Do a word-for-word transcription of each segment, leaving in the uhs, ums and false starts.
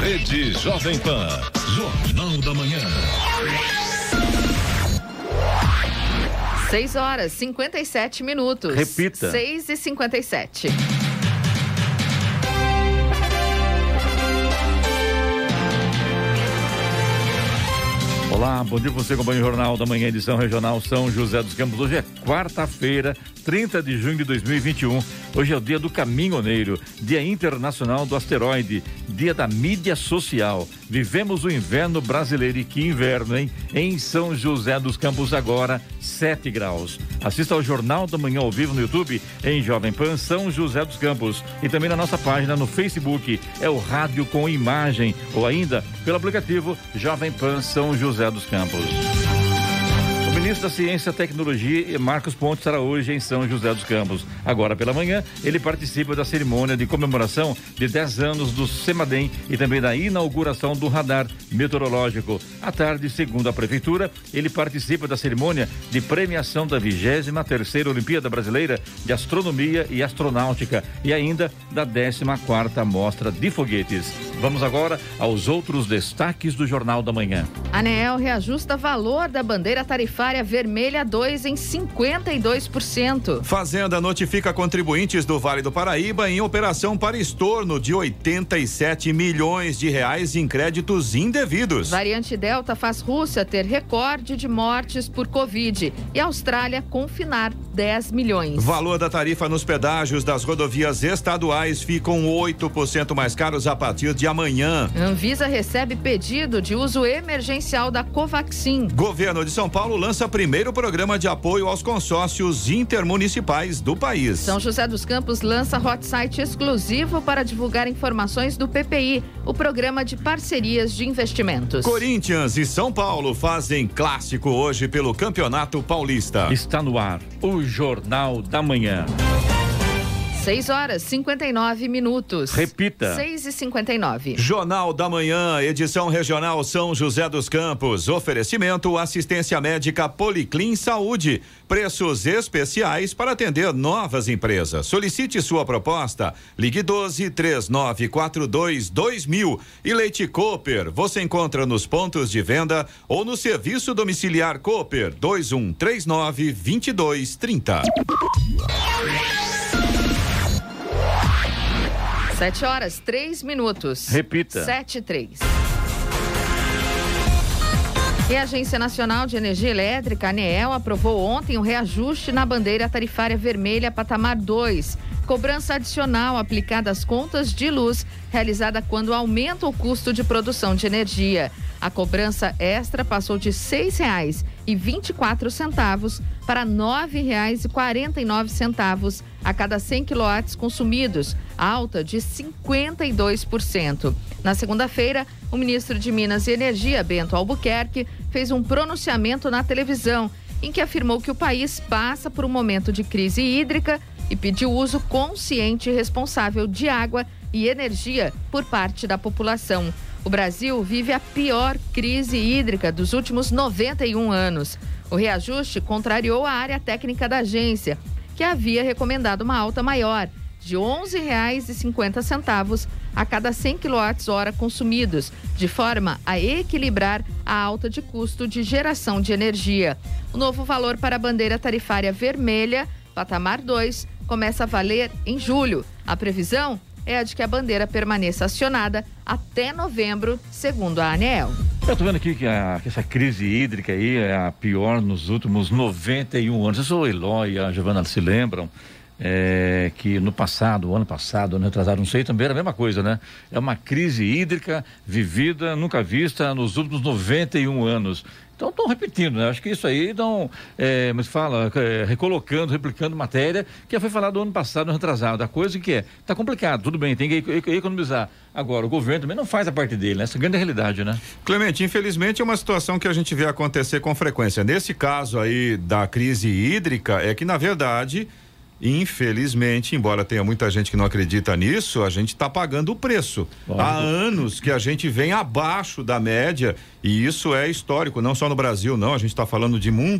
Rede Jovem Pan, Jornal da Manhã. seis horas, cinquenta e sete minutos. Repita. seis e cinquenta e sete. Olá, bom dia, você acompanha o Jornal da Manhã, edição regional São José dos Campos. Hoje é quarta-feira, trinta de junho de dois mil e vinte e um. Hoje é o dia do caminhoneiro, dia internacional do asteroide, dia da mídia social. Vivemos o inverno brasileiro, e que inverno, hein? Em São José dos Campos agora, sete graus. Assista ao Jornal da Manhã ao vivo no YouTube, em Jovem Pan São José dos Campos. E também na nossa página no Facebook, é o Rádio com Imagem, ou ainda pelo aplicativo Jovem Pan São José dos Campos. O ministro da Ciência e Tecnologia, Marcos Pontes, estará hoje em São José dos Campos. Agora pela manhã, ele participa da cerimônia de comemoração de dez anos do CEMADEM e também da inauguração do radar meteorológico. À tarde, segundo a Prefeitura, ele participa da cerimônia de premiação da vigésima terceira Olimpíada Brasileira de Astronomia e Astronáutica e ainda da décima quarta Mostra de Foguetes. Vamos agora aos outros destaques do Jornal da Manhã. A ANEEL reajusta valor da bandeira tarifária vermelha dois em cinquenta e dois por cento. Fazenda notifica contribuintes do Vale do Paraíba em operação para estorno de oitenta e sete milhões de reais em créditos indevidos. Variante Delta faz Rússia ter recorde de mortes por Covid e Austrália confinar dez milhões. Valor da tarifa nos pedágios das rodovias estaduais ficam oito por cento mais caros a partir de amanhã. Anvisa recebe pedido de uso emergencial da Covaxin. Governo de São Paulo lança primeiro programa de apoio aos consórcios intermunicipais do país. São José dos Campos lança hot site exclusivo para divulgar informações do P P I, o programa de parcerias de investimentos. Corinthians e São Paulo fazem clássico hoje pelo Campeonato Paulista. Está no ar o Jornal da Manhã. seis horas, cinquenta e nove minutos. Repita. seis e cinquenta e nove. Jornal da Manhã, edição regional São José dos Campos. Oferecimento assistência médica Policlin Saúde. Preços especiais para atender novas empresas. Solicite sua proposta. Ligue doze, três nove quatro dois, dois mil. E Leite Cooper, você encontra nos pontos de venda ou no serviço domiciliar Cooper dois um três nove, dois dois três zero. Sete horas, três minutos. Repita. Sete e três. E a Agência Nacional de Energia Elétrica, ANEEL, aprovou ontem um reajuste na bandeira tarifária vermelha patamar dois. Cobrança adicional aplicada às contas de luz, realizada quando aumenta o custo de produção de energia. A cobrança extra passou de seis reais e vinte e quatro centavos para nove reais e quarenta e nove centavos a cada cem quilowatts consumidos, alta de cinquenta e dois por cento. Na segunda-feira, o ministro de Minas e Energia, Bento Albuquerque, fez um pronunciamento na televisão em que afirmou que o país passa por um momento de crise hídrica e pediu uso consciente e responsável de água e energia por parte da população. O Brasil vive a pior crise hídrica dos últimos noventa e um anos. O reajuste contrariou a área técnica da agência, que havia recomendado uma alta maior, de onze reais e cinquenta centavos a cada cem quilowatts-hora consumidos, de forma a equilibrar a alta de custo de geração de energia. O novo valor para a bandeira tarifária vermelha, patamar dois, começa a valer em julho. A previsão é a de que a bandeira permaneça acionada até novembro, segundo a ANEEL. Eu tô vendo aqui que, a, que essa crise hídrica aí é a pior nos últimos noventa e um anos. Eu sou o Eloy e a Giovana se lembram é, que no passado, o ano passado, ano retrasado, não sei, também era a mesma coisa, né? É uma crise hídrica vivida, nunca vista nos últimos noventa e um anos. Então estão repetindo, né? Acho que isso aí estão, é, mas fala, é, recolocando, replicando matéria que já foi falado ano passado, ano retrasado. A coisa que é, tá complicado, tudo bem, tem que economizar. Agora, o governo também não faz a parte dele, né? Essa grande realidade, né? Clemente, infelizmente é uma situação que a gente vê acontecer com frequência. Nesse caso aí da crise hídrica, é que na verdade, infelizmente, embora tenha muita gente que não acredita nisso, a gente está pagando o preço. Lógico. Há anos que a gente vem abaixo da média e isso é histórico, não só no Brasil, não, a gente está falando de mundo.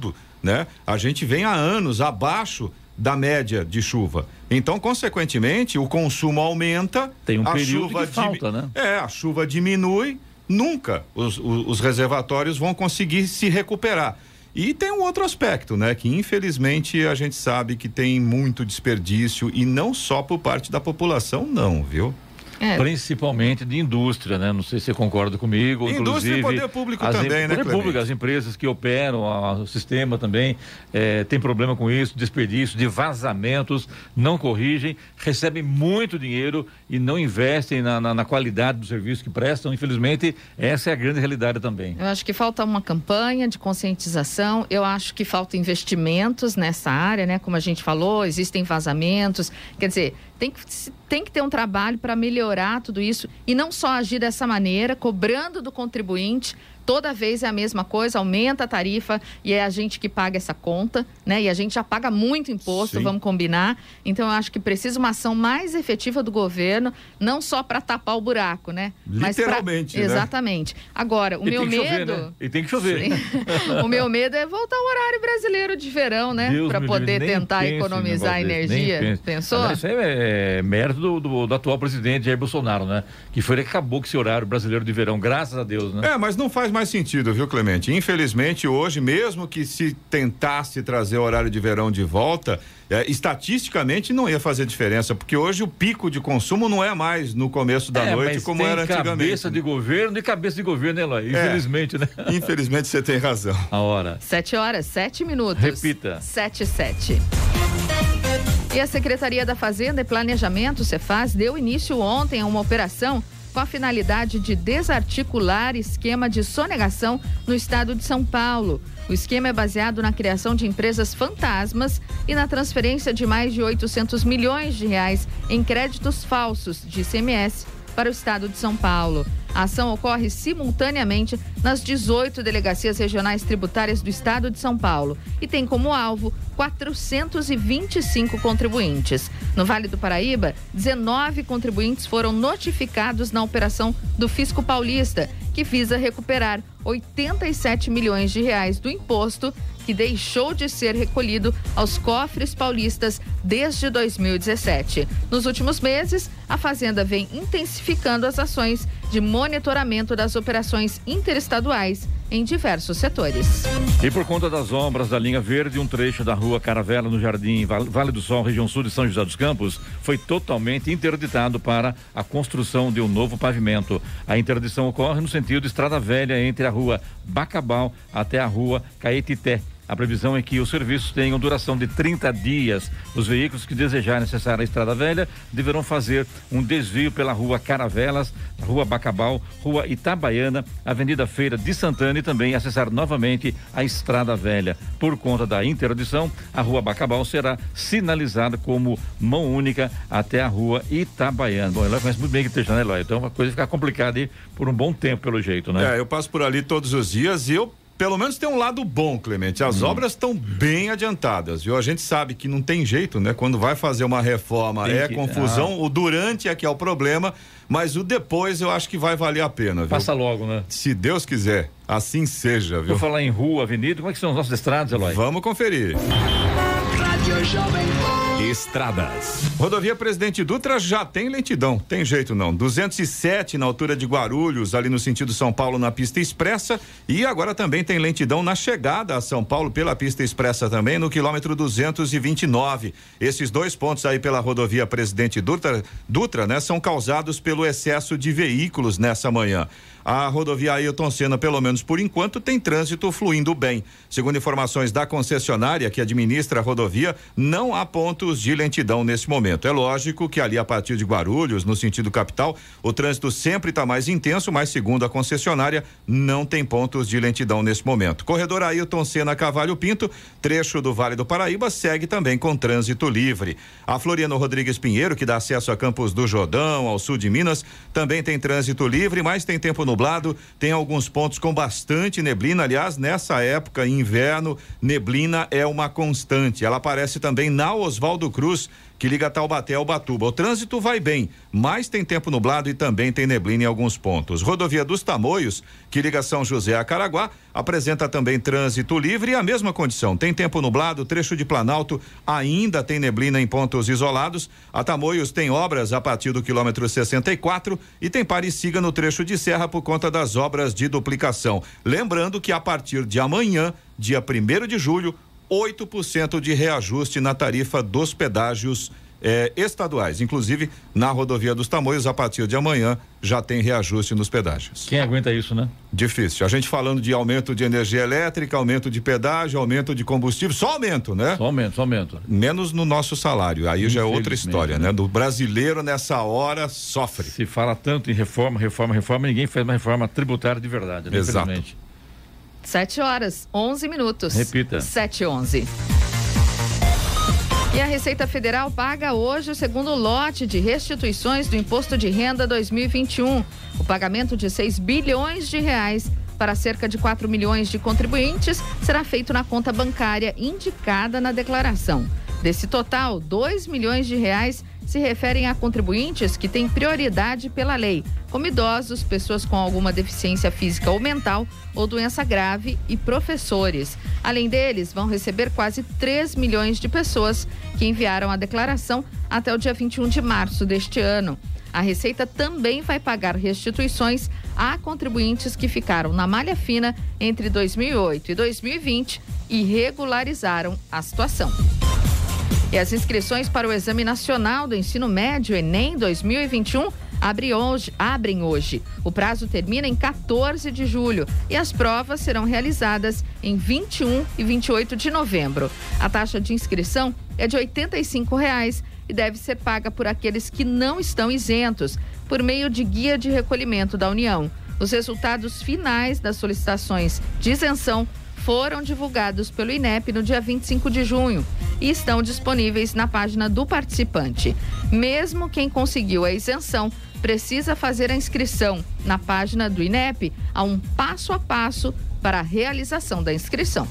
né? A gente vem há anos abaixo da média de chuva. Então, consequentemente, o consumo aumenta. Tem um a período chuva de falta, né? É, a chuva diminui, nunca os, os, os reservatórios vão conseguir se recuperar. E tem um outro aspecto, né? Que infelizmente a gente sabe que tem muito desperdício e não só por parte da população, não, viu? É. Principalmente de indústria, né? Não sei se você concorda comigo. Indústria e poder público as também, em, né, poder público, as empresas que operam a, o sistema também é, tem problema com isso, desperdício, de vazamentos, não corrigem, recebem muito dinheiro e não investem na, na, na qualidade do serviço que prestam. Infelizmente, essa é a grande realidade também. Eu acho que falta uma campanha de conscientização, eu acho que falta investimentos nessa área, né? Como a gente falou, existem vazamentos, quer dizer, tem que, tem que ter um trabalho para melhorar tudo isso e não só agir dessa maneira, cobrando do contribuinte. Toda vez é a mesma coisa, aumenta a tarifa e é a gente que paga essa conta, né? E a gente já paga muito imposto, Sim. vamos combinar. Então, eu acho que precisa uma ação mais efetiva do governo, não só para tapar o buraco, né? Literalmente, Mas pra... né? Exatamente. Agora, o e meu tem que medo... chover, né? E tem que chover. O meu medo é voltar ao horário brasileiro de verão, né? Para poder Deus, tentar economizar energia. Pensou? Aliás, isso aí é mérito do, do, do atual presidente Jair Bolsonaro, né? Que foi ele que acabou com esse horário brasileiro de verão, graças a Deus, né? É, mas não faz mais sentido, viu, Clemente? Infelizmente, hoje, mesmo que se tentasse trazer o horário de verão de volta, é, estatisticamente não ia fazer diferença, porque hoje o pico de consumo não é mais no começo da é, noite como era antigamente. Cabeça de governo e cabeça de governo, né, Eloy? Infelizmente, é, né? Infelizmente você tem razão. A hora. Sete horas, sete minutos. Repita. Sete, sete. E a Secretaria da Fazenda e Planejamento, Cefaz, deu início ontem a uma operação com a finalidade de desarticular esquema de sonegação no estado de São Paulo. O esquema é baseado na criação de empresas fantasmas e na transferência de mais de oitocentos milhões de reais em créditos falsos de I C M S para o estado de São Paulo. A ação ocorre simultaneamente nas dezoito delegacias regionais tributárias do estado de São Paulo e tem como alvo quatrocentos e vinte e cinco contribuintes. No Vale do Paraíba, dezenove contribuintes foram notificados na operação do Fisco Paulista, que visa recuperar oitenta e sete milhões de reais do imposto que deixou de ser recolhido aos cofres paulistas desde dois mil e dezessete. Nos últimos meses, a Fazenda vem intensificando as ações de monitoramento das operações interestaduais em diversos setores. E por conta das obras da linha verde, um trecho da rua Caravela, no Jardim Vale do Sol, região sul de São José dos Campos, foi totalmente interditado para a construção de um novo pavimento. A interdição ocorre no sentido Estrada Velha, entre a rua Bacabal até a rua Caetité. A previsão é que os serviços tenham duração de trinta dias. Os veículos que desejarem acessar a Estrada Velha deverão fazer um desvio pela rua Caravelas, rua Bacabal, rua Itabaiana, Avenida Feira de Santana e também acessar novamente a Estrada Velha. Por conta da interdição, a rua Bacabal será sinalizada como mão única até a rua Itabaiana. Bom, Eloy conhece muito bem que esteja, né, Eloy? Então a coisa fica complicada aí por um bom tempo, pelo jeito, né? É, eu passo por ali todos os dias e eu pelo menos tem um lado bom, Clemente. As hum. obras estão bem adiantadas, viu? A gente sabe que não tem jeito, né? Quando vai fazer uma reforma tem é que... confusão, ah. o durante é que é o problema, mas o depois eu acho que vai valer a pena, viu? Passa logo, né? Se Deus quiser, assim seja, viu? Vou falar em rua, avenida, como é que são os nossos estradas, Eloy? Vamos conferir. Estradas. Rodovia Presidente Dutra já tem lentidão, tem jeito não. duzentos e sete na altura de Guarulhos, ali no sentido São Paulo, na pista expressa, e agora também tem lentidão na chegada a São Paulo pela pista expressa também, no quilômetro duzentos e vinte e nove. Esses dois pontos aí pela rodovia Presidente Dutra, Dutra, né, são causados pelo excesso de veículos nessa manhã. A rodovia Ailton Senna, pelo menos por enquanto, tem trânsito fluindo bem. Segundo informações da concessionária que administra a rodovia, não há pontos de lentidão nesse momento. É lógico que ali a partir de Guarulhos, no sentido capital, o trânsito sempre está mais intenso, mas segundo a concessionária, não tem pontos de lentidão nesse momento. Corredor Ailton Senna Cavalho Pinto, trecho do Vale do Paraíba, segue também com trânsito livre. A Floriano Rodrigues Pinheiro, que dá acesso a Campos do Jordão, ao sul de Minas, também tem trânsito livre, mas tem tempo no nublado, tem alguns pontos com bastante neblina. Aliás, nessa época, inverno, neblina é uma constante. Ela aparece também na Oswaldo Oswaldo Cruz, que liga Taubaté ao Batuba. O trânsito vai bem, mas tem tempo nublado e também tem neblina em alguns pontos. Rodovia dos Tamoios, que liga São José a Caraguá, apresenta também trânsito livre e a mesma condição. Tem tempo nublado, trecho de Planalto ainda tem neblina em pontos isolados. A Tamoios tem obras a partir do quilômetro sessenta e quatro e tem pare e siga no trecho de serra por conta das obras de duplicação. Lembrando que a partir de amanhã, dia primeiro de julho, oito por cento de reajuste na tarifa dos pedágios eh, estaduais. Inclusive, na rodovia dos Tamoios, a partir de amanhã, já tem reajuste nos pedágios. Quem aguenta isso, né? Difícil. A gente falando de aumento de energia elétrica, aumento de pedágio, aumento de combustível, só aumento, né? Só aumento, só aumento. Menos no nosso salário. Aí já é outra história, né? Do brasileiro, nessa hora, sofre. Se fala tanto em reforma, reforma, reforma, ninguém faz uma reforma tributária de verdade, né? Exato. Infelizmente. Sete horas, onze minutos. Repita. Sete e onze. E a Receita Federal paga hoje o segundo lote de restituições do Imposto de Renda dois mil e vinte e um. O pagamento de seis bilhões de reais para cerca de quatro milhões de contribuintes será feito na conta bancária indicada na declaração. Desse total, dois milhões de reais se referem a contribuintes que têm prioridade pela lei, como idosos, pessoas com alguma deficiência física ou mental ou doença grave e professores. Além deles, vão receber quase três milhões de pessoas que enviaram a declaração até o dia vinte e um de março deste ano. A Receita também vai pagar restituições a contribuintes que ficaram na malha fina entre dois mil e oito e dois mil e vinte e regularizaram a situação. E as inscrições para o Exame Nacional do Ensino Médio, Enem dois mil e vinte e um, abre hoje, abrem hoje. O prazo termina em quatorze de julho e as provas serão realizadas em vinte e um e vinte e oito de novembro. A taxa de inscrição é de oitenta e cinco reais e deve ser paga por aqueles que não estão isentos, por meio de guia de recolhimento da União. Os resultados finais das solicitações de isenção foram divulgados pelo I N E P no dia vinte e cinco de junho e estão disponíveis na página do participante. Mesmo quem conseguiu a isenção precisa fazer a inscrição na página do I N E P. Há um passo a passo para a realização da inscrição.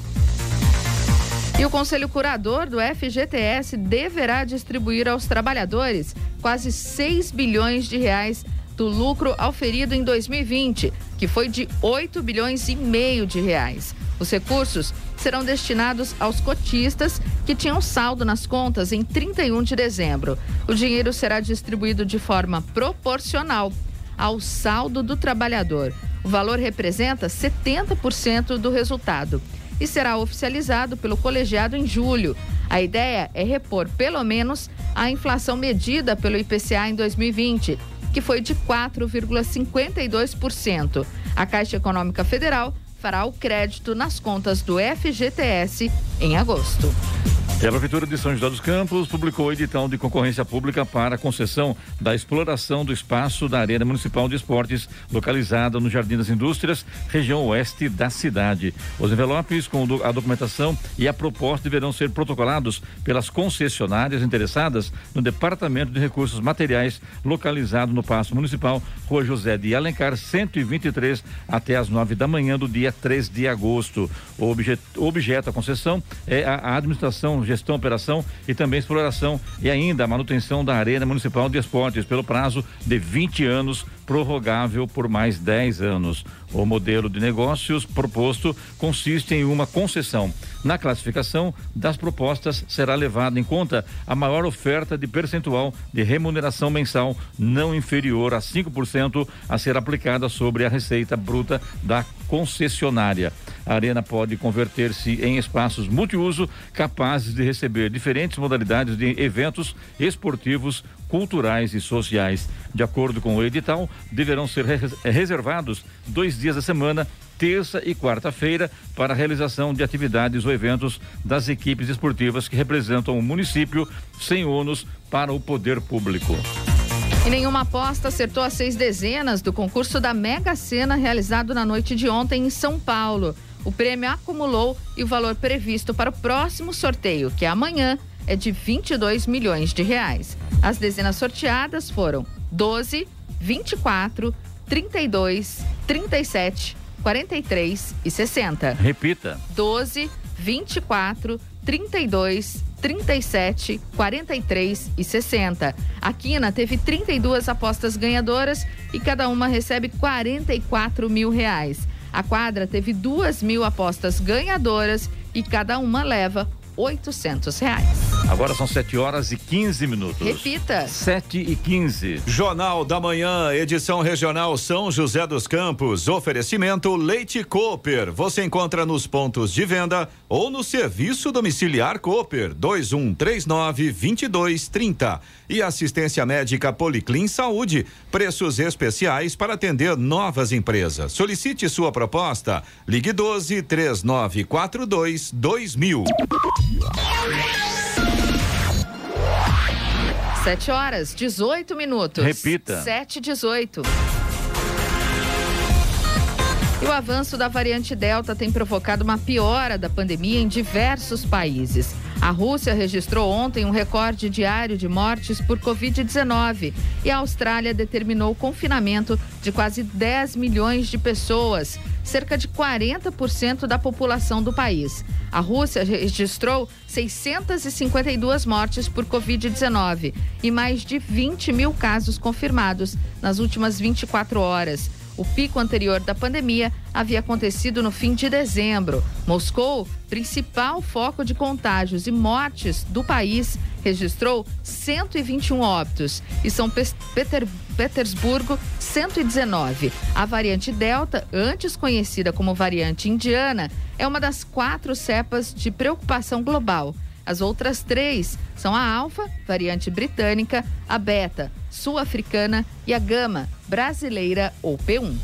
E o Conselho Curador do F G T S deverá distribuir aos trabalhadores quase seis bilhões de reais do lucro auferido em dois mil e vinte, que foi de oito bilhões e meio de reais. Os recursos serão destinados aos cotistas que tinham saldo nas contas em trinta e um de dezembro. O dinheiro será distribuído de forma proporcional ao saldo do trabalhador. O valor representa setenta por cento do resultado e será oficializado pelo colegiado em julho. A ideia é repor pelo menos a inflação medida pelo I P C A em dois mil e vinte, que foi de quatro vírgula cinquenta e dois por cento. A Caixa Econômica Federal fará o crédito nas contas do F G T S em agosto. E a Prefeitura de São José dos Campos publicou o edital de concorrência pública para a concessão da exploração do espaço da Arena Municipal de Esportes, localizada no Jardim das Indústrias, região oeste da cidade. Os envelopes com a documentação e a proposta deverão ser protocolados pelas concessionárias interessadas no Departamento de Recursos Materiais, localizado no Paço Municipal, Rua José de Alencar, cento e vinte e três, até às nove da manhã do dia três de agosto. O objeto, o objeto da concessão é a, a administração, gestão, operação e também exploração e ainda a manutenção da Arena Municipal de Esportes pelo prazo de vinte anos, prorrogável por mais dez anos. O modelo de negócios proposto consiste em uma concessão. Na classificação das propostas será levada em conta a maior oferta de percentual de remuneração mensal não inferior a cinco por cento a ser aplicada sobre a receita bruta da concessionária. A arena pode converter-se em espaços multiuso capazes de receber diferentes modalidades de eventos esportivos, culturais e sociais. De acordo com o edital, deverão ser reservados dois dias da semana, terça e quarta-feira, para a realização de atividades ou eventos das equipes esportivas que representam o município, sem ônus para o poder público. E nenhuma aposta acertou as seis dezenas do concurso da Mega Sena realizado na noite de ontem em São Paulo. O prêmio acumulou e o valor previsto para o próximo sorteio, que é amanhã, é de vinte e dois milhões de reais. As dezenas sorteadas foram doze, vinte e quatro, trinta e dois, trinta e sete, quarenta e três e sessenta. Repita. doze, vinte e quatro, trinta e dois, trinta e sete, quarenta e três e sessenta. A quina teve trinta e duas apostas ganhadoras e cada uma recebe quarenta e quatro mil reais. A quadra teve duas mil apostas ganhadoras e cada uma leva oitocentos reais. Agora são sete horas e quinze minutos. Repita. sete e quinze. Jornal da Manhã, edição regional São José dos Campos. Oferecimento Leite Cooper. Você encontra nos pontos de venda ou no serviço domiciliar Cooper. dois um três nove, dois dois três zero. E assistência médica Policlin Saúde. Preços especiais para atender novas empresas. Solicite sua proposta. Ligue doze, três nove quatro dois, dois mil. Sete horas, dezoito minutos. Repita. Sete e dezoito. E o avanço da variante Delta tem provocado uma piora da pandemia em diversos países. A Rússia registrou ontem um recorde diário de mortes por covid dezenove e a Austrália determinou o confinamento de quase dez milhões de pessoas, cerca de quarenta por cento da população do país. A Rússia registrou seiscentas e cinquenta e duas mortes por covid dezenove e mais de vinte mil casos confirmados nas últimas vinte e quatro horas. O pico anterior da pandemia havia acontecido no fim de dezembro. Moscou, principal foco de contágios e mortes do país, registrou cento e vinte e um óbitos e São Peter, Petersburgo cento e dezenove. A variante Delta, antes conhecida como variante indiana, é uma das quatro cepas de preocupação global. As outras três são a Alfa, variante britânica, a Beta, sul-africana e a Gama, brasileira ou P um.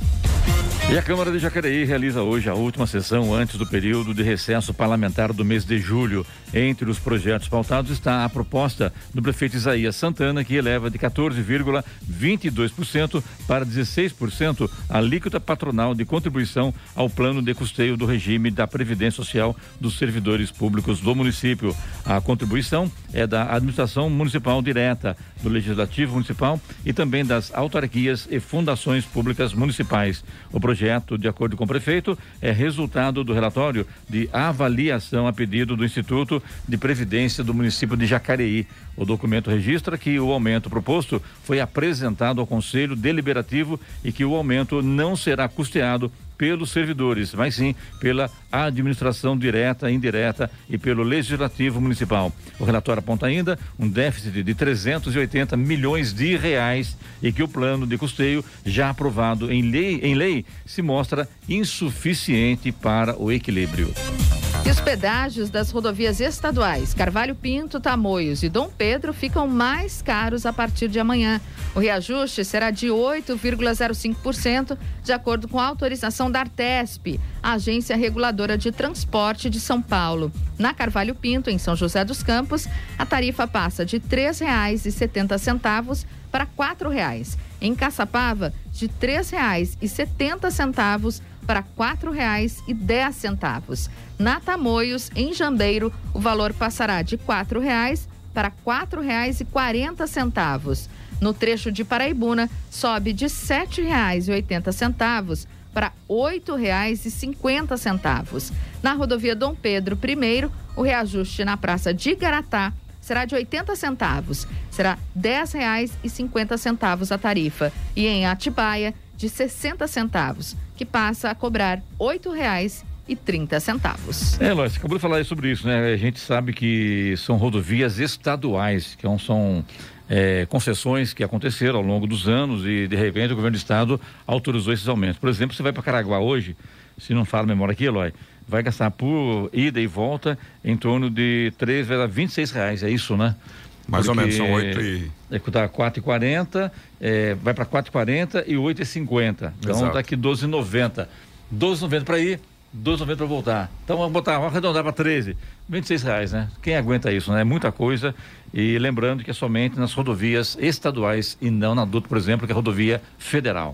E a Câmara de Jacareí realiza hoje a última sessão antes do período de recesso parlamentar do mês de julho. Entre os projetos pautados está a proposta do prefeito Isaías Santana, que eleva de quatorze vírgula vinte e dois por cento para dezesseis por cento a alíquota patronal de contribuição ao plano de custeio do regime da Previdência Social dos servidores públicos do município. A contribuição é da administração municipal direta, do Legislativo Municipal e também das autarquias e fundações públicas municipais. O projeto, de acordo com o prefeito, é resultado do relatório de avaliação a pedido do Instituto de Previdência do município de Jacareí. O documento registra que o aumento proposto foi apresentado ao Conselho Deliberativo e que o aumento não será custeado pelos servidores, mas sim pela administração direta, indireta e pelo Legislativo Municipal. O relatório aponta ainda um déficit de trezentos e oitenta milhões de reais e que o plano de custeio já aprovado em lei, em lei se mostra insuficiente para o equilíbrio. E os pedágios das rodovias estaduais Carvalho Pinto, Tamoios e Dom Pedro ficam mais caros a partir de amanhã. O reajuste será de oito vírgula zero cinco por cento, de acordo com a autorização da Artesp, a Agência Reguladora de Transporte de São Paulo. Na Carvalho Pinto, em São José dos Campos, a tarifa passa de três reais e setenta centavos para quatro reais. Em Caçapava, de três reais e setenta centavos para quatro reais e dez centavos. Na Tamoios, em Jambeiro, o valor passará de quatro reais para quatro reais e quarenta centavos. No trecho de Paraibuna, sobe de sete reais e oitenta centavos para oito reais e cinquenta centavos. Na rodovia Dom Pedro I, o reajuste na Praça de Igaratá será de oitenta centavos, será dez reais e cinquenta centavos a tarifa. E em Atibaia, de sessenta centavos, que passa a cobrar oito reais e trinta centavos. É, Lóis, você acabou de falar sobre isso, né? A gente sabe que são rodovias estaduais, que são é, concessões que aconteceram ao longo dos anos e, de repente, o governo do estado autorizou esses aumentos. Por exemplo, você vai para Caraguá hoje, se não fala a memória aqui, Eloy, vai gastar por ida e volta em torno de três, vai dar vinte e seis reais, é isso, né? Mais Porque ou menos, são oito e... É que tá quatro e quarenta, é, vai para quatro e quarenta e oito e cinquenta. Então Exato. Tá aqui doze e noventa. doze e noventa para ir, doze e noventa para voltar. Então vamos botar, vamos arredondar para treze. vinte e seis reais, né? Quem aguenta isso, né? É muita coisa. E lembrando que é somente nas rodovias estaduais e não na Dutra, por exemplo, que é a rodovia federal.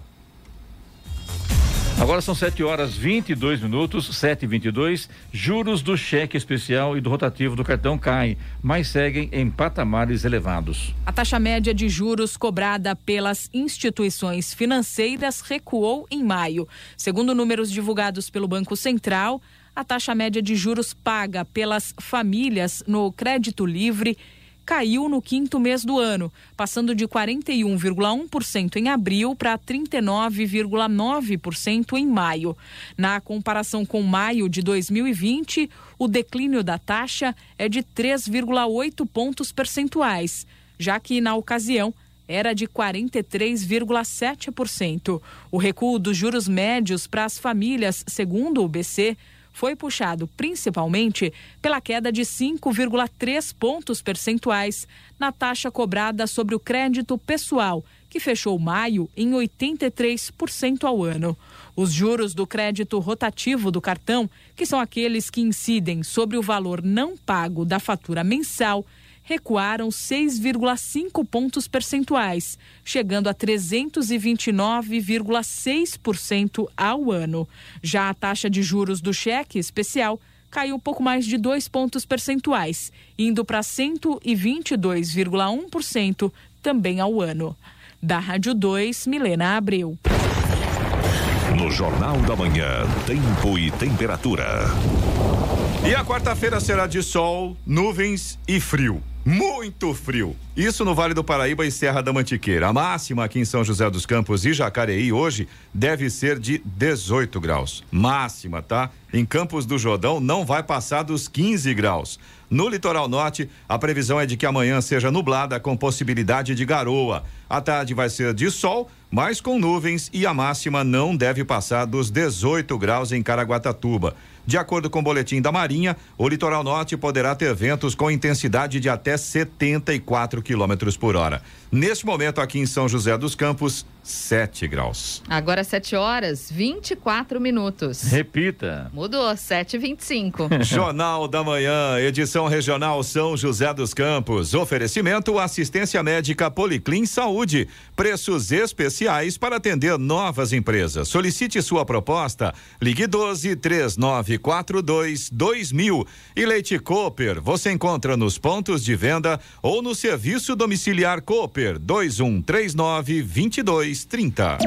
Agora são sete horas e vinte e dois minutos, sete e vinte e dois. Juros do cheque especial e do rotativo do cartão caem, mas seguem em patamares elevados. A taxa média de juros cobrada pelas instituições financeiras recuou em maio. Segundo números divulgados pelo Banco Central, a taxa média de juros paga pelas famílias no crédito livre caiu no quinto mês do ano, passando de quarenta e um vírgula um por cento em abril para trinta e nove vírgula nove por cento em maio. Na comparação com maio de dois mil e vinte, o declínio da taxa é de três vírgula oito pontos percentuais, já que na ocasião era de quarenta e três vírgula sete por cento. O recuo dos juros médios para as famílias, segundo o B C, foi puxado principalmente pela queda de cinco vírgula três pontos percentuais na taxa cobrada sobre o crédito pessoal, que fechou maio em oitenta e três por cento ao ano. Os juros do crédito rotativo do cartão, que são aqueles que incidem sobre o valor não pago da fatura mensal, recuaram seis vírgula cinco pontos percentuais, chegando a trezentos e vinte e nove vírgula seis por cento ao ano. Já a taxa de juros do cheque especial caiu um pouco mais de dois pontos percentuais, indo para cento e vinte e dois vírgula um por cento também ao ano. Da Rádio dois, Milena Abreu. No Jornal da Manhã, tempo e temperatura. E a quarta-feira será de sol, nuvens e frio. Muito frio. Isso no Vale do Paraíba e Serra da Mantiqueira. A máxima aqui em São José dos Campos e Jacareí hoje deve ser de dezoito graus. Máxima, tá? Em Campos do Jordão não vai passar dos quinze graus. No litoral norte, a previsão é de que amanhã seja nublada com possibilidade de garoa. À tarde vai ser de sol, mas com nuvens, e a máxima não deve passar dos dezoito graus em Caraguatatuba. De acordo com o boletim da Marinha, o litoral norte poderá ter ventos com intensidade de até setenta e quatro quilômetros por hora. Neste momento, aqui em São José dos Campos, sete graus. Agora sete horas, vinte e quatro minutos. Repita. Mudou, sete e vinte e cinco. Jornal da Manhã, edição regional São José dos Campos. Oferecimento assistência médica Policlin Saúde. Preços especiais para atender novas empresas. Solicite sua proposta. Ligue doze, três nove quatro dois, dois mil. E Leite Cooper, você encontra nos pontos de venda ou no serviço domiciliar Cooper, dois um três nove, vinte e dois trinta.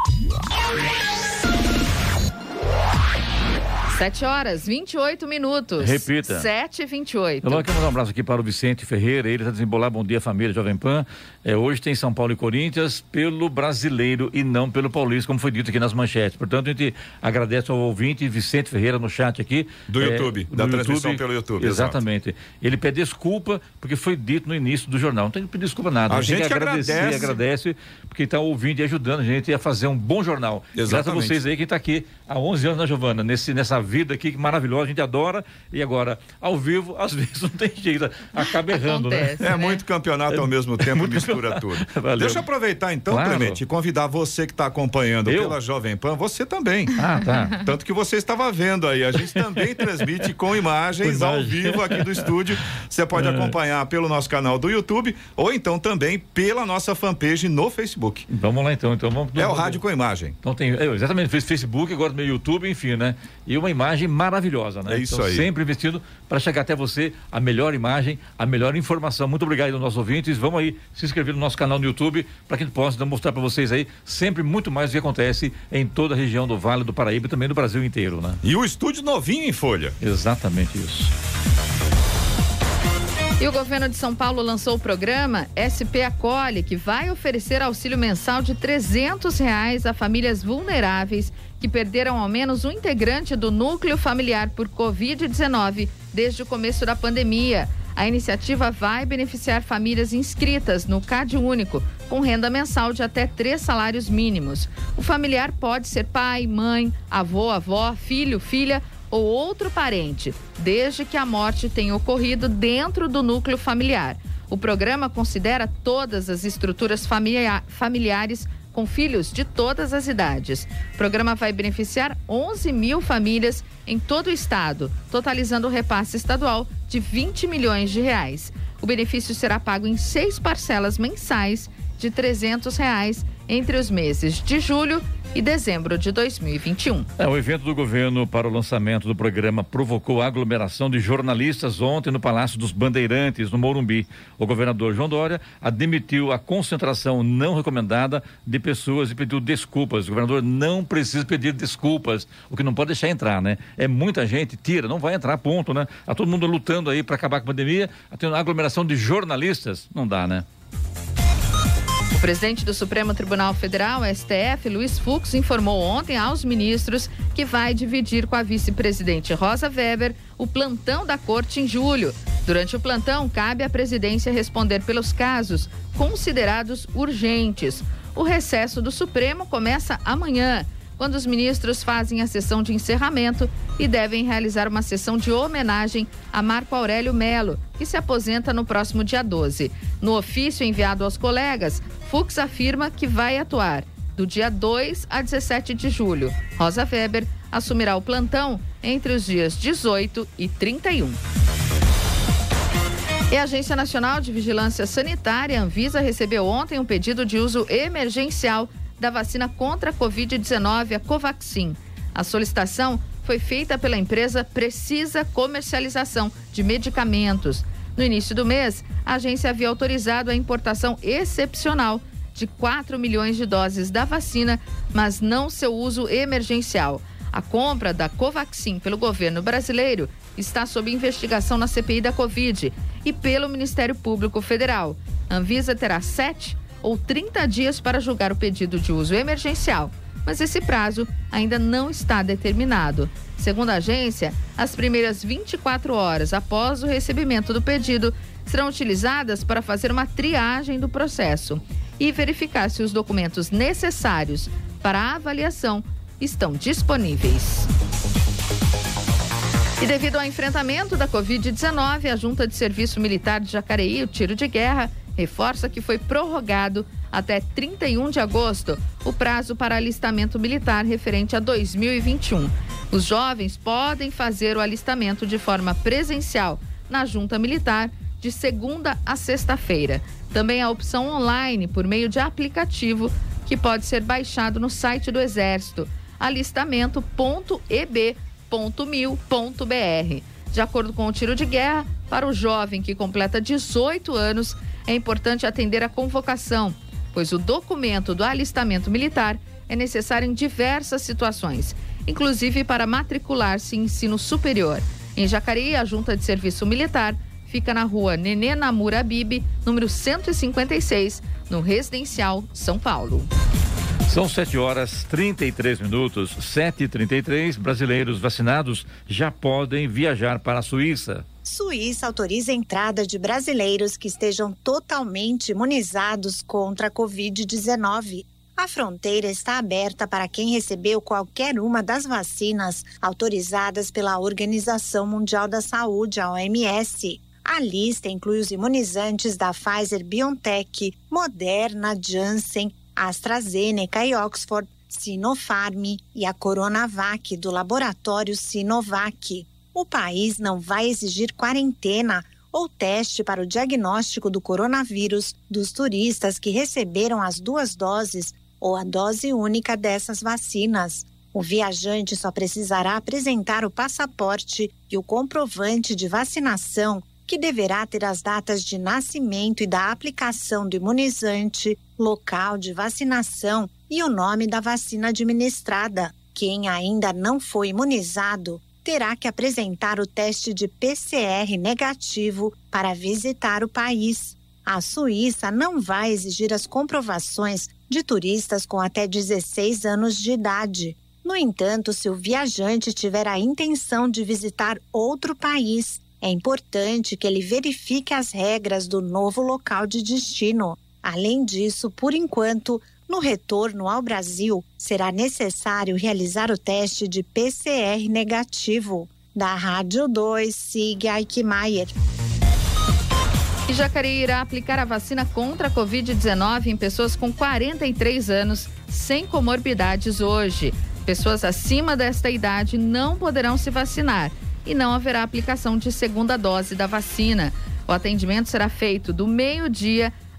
sete horas, vinte e oito minutos. Repita. sete e vinte e oito. Eu quero mandar um abraço aqui para o Vicente Ferreira, ele está desembolar Bom Dia Família Jovem Pan. É, hoje tem São Paulo e Corinthians pelo brasileiro e não pelo paulista, como foi dito aqui nas manchetes. Portanto, a gente agradece ao ouvinte Vicente Ferreira no chat aqui. Do é, YouTube, da do transmissão YouTube, pelo YouTube. Exatamente. Exato. Ele pede desculpa porque foi dito no início do jornal. Não tem que pedir desculpa nada. A, a gente, gente tem que agradecer, agradece. agradece, porque está ouvindo e ajudando a gente a fazer um bom jornal. Exatamente. Graças a vocês aí que está aqui há onze anos, né, Giovana? Nesse, nessa vida aqui maravilhosa. A gente adora, e agora, ao vivo, às vezes não tem jeito, acaba errando, Acontece, né? É né? muito campeonato ao mesmo tempo, mistura tudo. Valeu. Deixa eu aproveitar então, Claro. Clemente, e convidar você que está acompanhando Eu? pela Jovem Pan, você também. Ah, tá. Tanto que você estava vendo aí, a gente também transmite com imagens Com ao imagem. vivo aqui do estúdio. Você pode É. acompanhar pelo nosso canal do YouTube ou então também pela nossa fanpage no Facebook. Vamos lá então. então vamos, É o vamos, rádio com imagem. Então tem, é, exatamente, fez Facebook, agora no YouTube, enfim, né? E uma imagem maravilhosa, né? É isso então, aí. Sempre investindo para chegar até você a melhor imagem, a melhor informação. Muito obrigado aos nossos ouvintes. Vamos aí se inscrever no nosso canal no YouTube para que a gente possa mostrar para vocês aí sempre muito mais o que acontece em toda a região do Vale do Paraíba e também do Brasil inteiro, né? E o estúdio novinho em folha. Exatamente isso. E o governo de São Paulo lançou o programa S P Acolhe, que vai oferecer auxílio mensal de trezentos reais a famílias vulneráveis que perderam ao menos um integrante do núcleo familiar por covid dezenove desde o começo da pandemia. A iniciativa vai beneficiar famílias inscritas no Cade Único, com renda mensal de até três salários mínimos. O familiar pode ser pai, mãe, avô, avó, filho, filha ou outro parente, desde que a morte tenha ocorrido dentro do núcleo familiar. O programa considera todas as estruturas familia- familiares com filhos de todas as idades. O programa vai beneficiar onze mil famílias em todo o estado, totalizando o repasse estadual de vinte milhões de reais. O benefício será pago em seis parcelas mensais de trezentos reais entre os meses de julho e dezembro de dois mil e vinte e um. É, o evento do governo para o lançamento do programa provocou a aglomeração de jornalistas ontem no Palácio dos Bandeirantes, no Morumbi. O governador João Dória admitiu a concentração não recomendada de pessoas e pediu desculpas. O governador não precisa pedir desculpas, o que não pode deixar entrar, né? É muita gente, tira, não vai entrar, ponto, né? Tá todo mundo lutando aí para acabar com a pandemia, tendo aglomeração de jornalistas, não dá, né? O presidente do Supremo Tribunal Federal, S T F, Luiz Fux, informou ontem aos ministros que vai dividir com a vice-presidente Rosa Weber o plantão da corte em julho. Durante o plantão, cabe à presidência responder pelos casos considerados urgentes. O recesso do Supremo começa amanhã, quando os ministros fazem a sessão de encerramento e devem realizar uma sessão de homenagem a Marco Aurélio Melo, que se aposenta no próximo dia doze. No ofício enviado aos colegas, Fux afirma que vai atuar do dia dois a dezessete de julho. Rosa Weber assumirá o plantão entre os dias dezoito e trinta e um. E a Agência Nacional de Vigilância Sanitária, Anvisa, recebeu ontem um pedido de uso emergencial da vacina contra a covid dezenove, a Covaxin. A solicitação foi feita pela empresa Precisa Comercialização de Medicamentos. No início do mês, a agência havia autorizado a importação excepcional de quatro milhões de doses da vacina, mas não seu uso emergencial. A compra da Covaxin pelo governo brasileiro está sob investigação na C P I da Covid e pelo Ministério Público Federal. A Anvisa terá sete ou trinta dias para julgar o pedido de uso emergencial, mas esse prazo ainda não está determinado. Segundo a agência, as primeiras vinte e quatro horas após o recebimento do pedido serão utilizadas para fazer uma triagem do processo e verificar se os documentos necessários para a avaliação estão disponíveis. E devido ao enfrentamento da covid dezenove, a Junta de Serviço Militar de Jacareí, o Tiro de Guerra, reforça que foi prorrogado até trinta e um de agosto o prazo para alistamento militar referente a dois mil e vinte e um. Os jovens podem fazer o alistamento de forma presencial na Junta Militar de segunda a sexta-feira. Também a opção online por meio de aplicativo que pode ser baixado no site do Exército, alistamento ponto e b ponto mil ponto b r. De acordo com o Tiro de Guerra, para o jovem que completa dezoito anos, é importante atender a convocação, pois o documento do alistamento militar é necessário em diversas situações, inclusive para matricular-se em ensino superior. Em Jacareí, a Junta de Serviço Militar fica na rua Nenê Namur Habib, número cento e cinquenta e seis, no Residencial São Paulo. São sete horas trinta e três minutos, sete e trinta e três. Brasileiros vacinados já podem viajar para a Suíça. Suíça autoriza a entrada de brasileiros que estejam totalmente imunizados contra a covid dezenove. A fronteira está aberta para quem recebeu qualquer uma das vacinas autorizadas pela Organização Mundial da Saúde, a O M S. A lista inclui os imunizantes da Pfizer-BioNTech, Moderna, Janssen, AstraZeneca e Oxford, Sinopharm e a Coronavac do laboratório Sinovac. O país não vai exigir quarentena ou teste para o diagnóstico do coronavírus dos turistas que receberam as duas doses ou a dose única dessas vacinas. O viajante só precisará apresentar o passaporte e o comprovante de vacinação, que deverá ter as datas de nascimento e da aplicação do imunizante, local de vacinação e o nome da vacina administrada. Quem ainda não foi imunizado terá que apresentar o teste de P C R negativo para visitar o país. A Suíça não vai exigir as comprovações de turistas com até dezesseis anos de idade. No entanto, se o viajante tiver a intenção de visitar outro país, é importante que ele verifique as regras do novo local de destino. Além disso, por enquanto, no retorno ao Brasil, será necessário realizar o teste de P C R negativo. Da Rádio dois, siga Eichmeier. E Jacareí irá aplicar a vacina contra a covid dezenove em pessoas com quarenta e três anos, sem comorbidades hoje. Pessoas acima desta idade não poderão se vacinar e não haverá aplicação de segunda dose da vacina. O atendimento será feito do meio-dia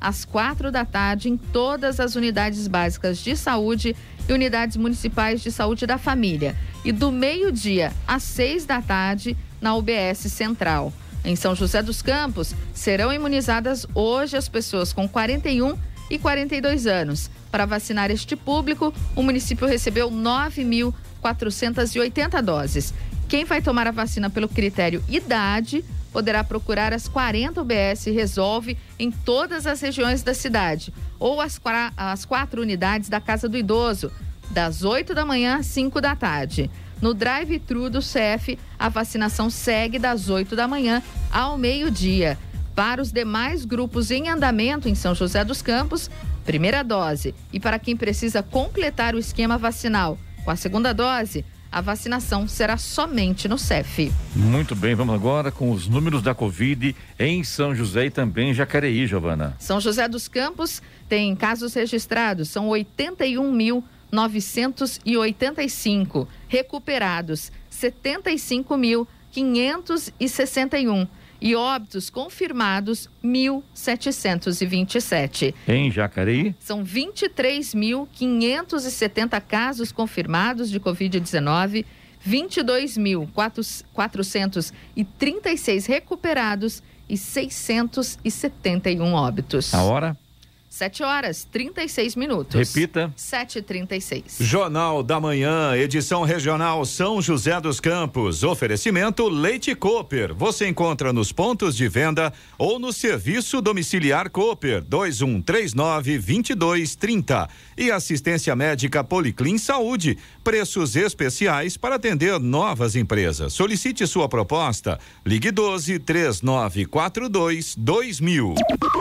às quatro da tarde em todas as unidades básicas de saúde e unidades municipais de saúde da família. E do meio-dia às seis da tarde na U B S Central. Em São José dos Campos, serão imunizadas hoje as pessoas com quarenta e um e quarenta e dois anos. Para vacinar este público, o município recebeu nove mil quatrocentas e oitenta doses. Quem vai tomar a vacina pelo critério idade poderá procurar as quarenta U B S Resolve em todas as regiões da cidade ou as, as quatro unidades da Casa do Idoso, das oito da manhã às cinco da tarde. No drive-thru do C E F, a vacinação segue das oito da manhã ao meio-dia. Para os demais grupos em andamento em São José dos Campos, primeira dose. E para quem precisa completar o esquema vacinal com a segunda dose, a vacinação será somente no C E F. Muito bem, vamos agora com os números da Covid em São José e também em Jacareí, Giovana. São José dos Campos tem casos registrados, são oitenta e um mil novecentos e oitenta e cinco, recuperados setenta e cinco mil quinhentos e sessenta e um e óbitos confirmados mil setecentos e vinte e sete. Em Jacareí? São vinte e três mil quinhentos e setenta casos confirmados de covid dezenove, vinte e dois mil quatrocentos e trinta e seis recuperados e seiscentos e setenta e um óbitos. A hora? Sete horas, trinta e seis minutos. Repita. Sete e trinta e seis. Jornal da Manhã, edição regional São José dos Campos. Oferecimento Leite Cooper. Você encontra nos pontos de venda ou no serviço domiciliar Cooper, dois um três nove, dois dois três zero. E assistência médica Policlin Saúde. Preços especiais para atender novas empresas. Solicite sua proposta. Ligue doze, três nove quatro dois, dois mil.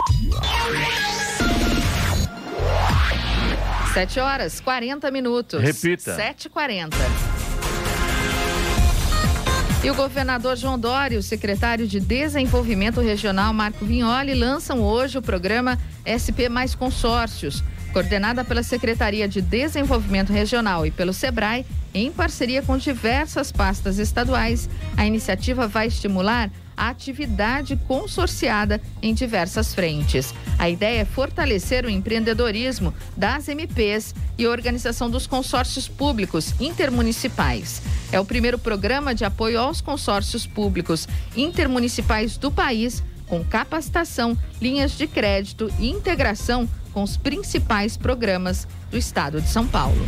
Sete horas, quarenta minutos. Repita. Sete e quarenta. E o governador João Dória e o secretário de Desenvolvimento Regional, Marco Vignoli, lançam hoje o programa S P Mais Consórcios, coordenada pela Secretaria de Desenvolvimento Regional e pelo SEBRAE, em parceria com diversas pastas estaduais. A iniciativa vai estimular a atividade consorciada em diversas frentes. A ideia é fortalecer o empreendedorismo das M Ps e a organização dos consórcios públicos intermunicipais. É o primeiro programa de apoio aos consórcios públicos intermunicipais do país, com capacitação, linhas de crédito e integração com os principais programas do estado de São Paulo.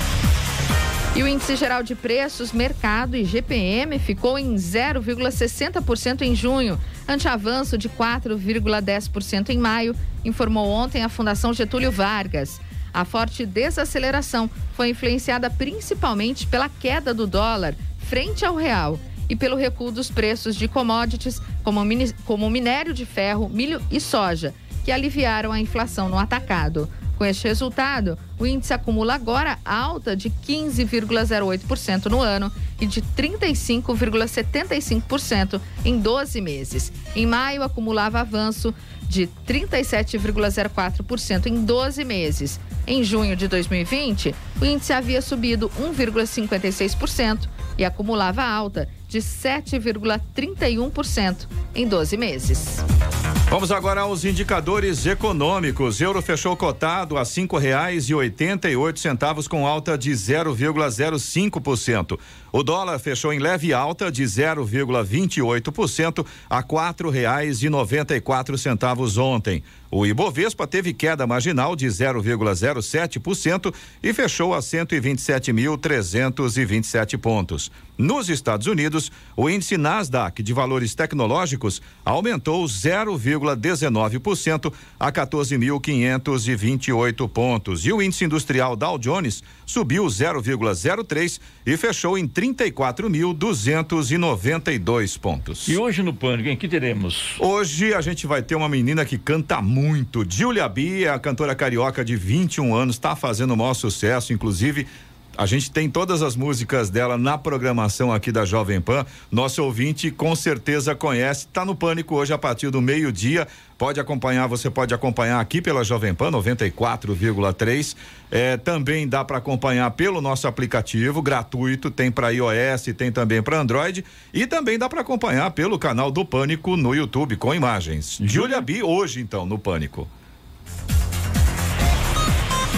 E o Índice Geral de Preços, Mercado e G P M ficou em zero vírgula sessenta por cento em junho, ante avanço de quatro vírgula dez por cento em maio, informou ontem a Fundação Getúlio Vargas. A forte desaceleração foi influenciada principalmente pela queda do dólar frente ao real e pelo recuo dos preços de commodities como, mini, como minério de ferro, milho e soja, que aliviaram a inflação no atacado. Com este resultado, o índice acumula agora alta de quinze vírgula zero oito por cento no ano e de trinta e cinco vírgula setenta e cinco por cento em doze meses. Em maio, acumulava avanço de trinta e sete vírgula zero quatro por cento em doze meses. Em junho de dois mil e vinte, o índice havia subido um vírgula cinquenta e seis por cento e acumulava alta de sete vírgula trinta e um por cento em doze meses. Vamos agora aos indicadores econômicos. Euro fechou cotado a cinco reais e oitenta e oito centavos com alta de zero vírgula zero cinco por cento. O dólar fechou em leve alta de zero vírgula vinte e oito por cento a quatro reais e noventa e quatro centavos ontem. O Ibovespa teve queda marginal de zero vírgula zero sete por cento e fechou a cento e vinte e sete mil trezentos e vinte e sete pontos. Nos Estados Unidos, o índice Nasdaq de valores tecnológicos aumentou zero vírgula dezenove por cento a quatorze mil quinhentos e vinte e oito pontos. E o índice industrial Dow Jones subiu zero vírgula zero três e fechou em trinta e quatro mil duzentos e noventa e dois pontos. E hoje no Pânico, em que teremos? Hoje a gente vai ter uma menina que canta muito. Giulia B, a cantora carioca de vinte e um anos, está fazendo o maior sucesso, inclusive a gente tem todas as músicas dela na programação aqui da Jovem Pan. Nosso ouvinte com certeza conhece, tá no Pânico hoje a partir do meio-dia. Pode acompanhar, você pode acompanhar aqui pela Jovem Pan noventa e quatro vírgula três. É, também dá para acompanhar pelo nosso aplicativo gratuito, tem para iOS, tem também para Android e também dá para acompanhar pelo canal do Pânico no YouTube com imagens. Giulia B hoje então no Pânico.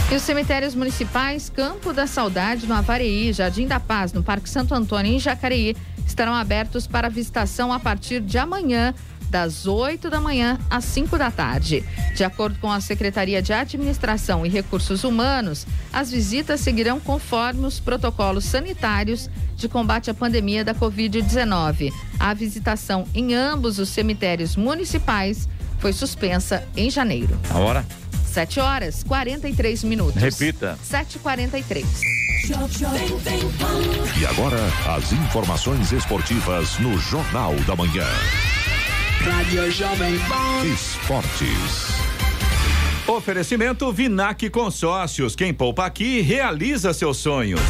E os cemitérios municipais Campo da Saudade, no Avareí, Jardim da Paz, no Parque Santo Antônio, em Jacareí, estarão abertos para visitação a partir de amanhã, das oito da manhã às cinco da tarde. De acordo com a Secretaria de Administração e Recursos Humanos, as visitas seguirão conforme os protocolos sanitários de combate à pandemia da covid dezenove. A visitação em ambos os cemitérios municipais foi suspensa em janeiro. A hora? sete horas, quarenta e três minutos. Repita. sete e quarenta e três. E agora, as informações esportivas no Jornal da Manhã. Rádio Jovem Pan. Esportes. Oferecimento Vinac Consórcios. Quem poupa aqui realiza seus sonhos.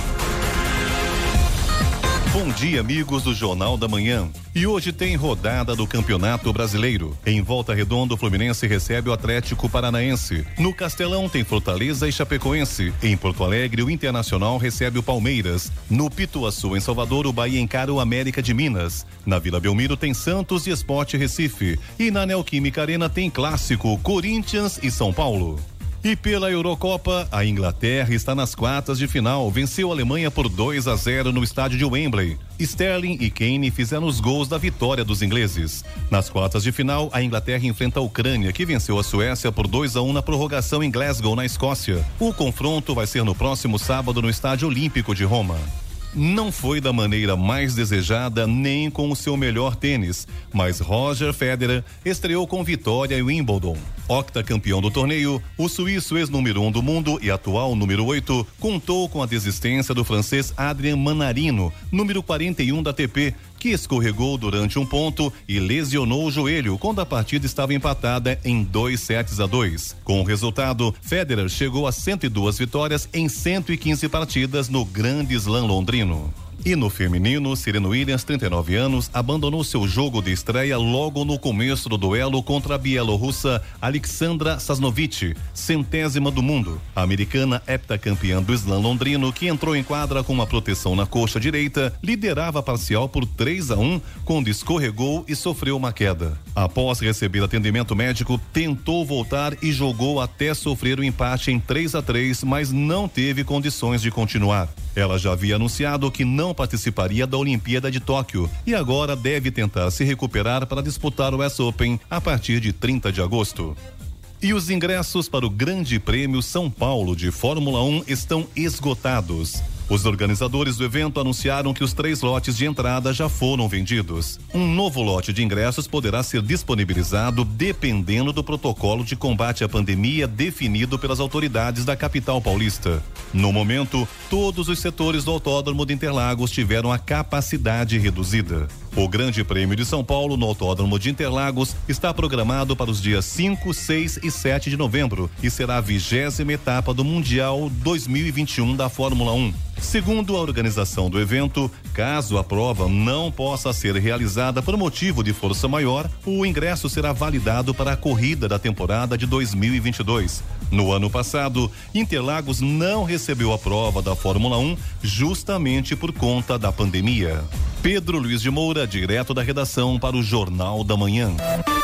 Bom dia, amigos do Jornal da Manhã. E hoje tem rodada do Campeonato Brasileiro. Em Volta Redonda, o Fluminense recebe o Atlético Paranaense. No Castelão tem Fortaleza e Chapecoense. Em Porto Alegre, o Internacional recebe o Palmeiras. No Pituaçu, em Salvador, o Bahia encara o América de Minas. Na Vila Belmiro tem Santos e Sport Recife. E na Neoquímica Arena tem clássico Corinthians e São Paulo. E pela Eurocopa, a Inglaterra está nas quartas de final. Venceu a Alemanha por dois a zero no estádio de Wembley. Sterling e Kane fizeram os gols da vitória dos ingleses. Nas quartas de final, a Inglaterra enfrenta a Ucrânia, que venceu a Suécia por dois a um na prorrogação em Glasgow, na Escócia. O confronto vai ser no próximo sábado no Estádio Olímpico de Roma. Não foi da maneira mais desejada nem com o seu melhor tênis, mas Roger Federer estreou com vitória em Wimbledon. Octacampeão do torneio, o suíço ex-número um do mundo e atual número oito contou com a desistência do francês Adrien Manarino, número quarenta e um da A T P, que escorregou durante um ponto e lesionou o joelho quando a partida estava empatada em dois sets a dois. Com o resultado, Federer chegou a cento e duas vitórias em cento e quinze partidas no Grande Slam londrino. E no feminino, Serena Williams, trinta e nove anos, abandonou seu jogo de estreia logo no começo do duelo contra a bielorrussa Alexandra Sasnovich, centésima do mundo. A americana heptacampeã do slam londrino, que entrou em quadra com uma proteção na coxa direita, liderava a parcial por três a um quando escorregou e sofreu uma queda. Após receber atendimento médico, tentou voltar e jogou até sofrer o empate em três a três, mas não teve condições de continuar. Ela já havia anunciado que não participaria da Olimpíada de Tóquio e agora deve tentar se recuperar para disputar o U S Open a partir de trinta de agosto. E os ingressos para o Grande Prêmio São Paulo de Fórmula um estão esgotados. Os organizadores do evento anunciaram que os três lotes de entrada já foram vendidos. Um novo lote de ingressos poderá ser disponibilizado dependendo do protocolo de combate à pandemia definido pelas autoridades da capital paulista. No momento, todos os setores do Autódromo de Interlagos tiveram a capacidade reduzida. O Grande Prêmio de São Paulo no Autódromo de Interlagos está programado para os dias cinco, seis e sete de novembro e será a vigésima etapa do Mundial dois mil e vinte e um da Fórmula um. Segundo a organização do evento, caso a prova não possa ser realizada por motivo de força maior, o ingresso será validado para a corrida da temporada de dois mil e vinte e dois. No ano passado, Interlagos não recebeu a prova da Fórmula um justamente por conta da pandemia. Pedro Luiz de Moura, direto da redação para o Jornal da Manhã.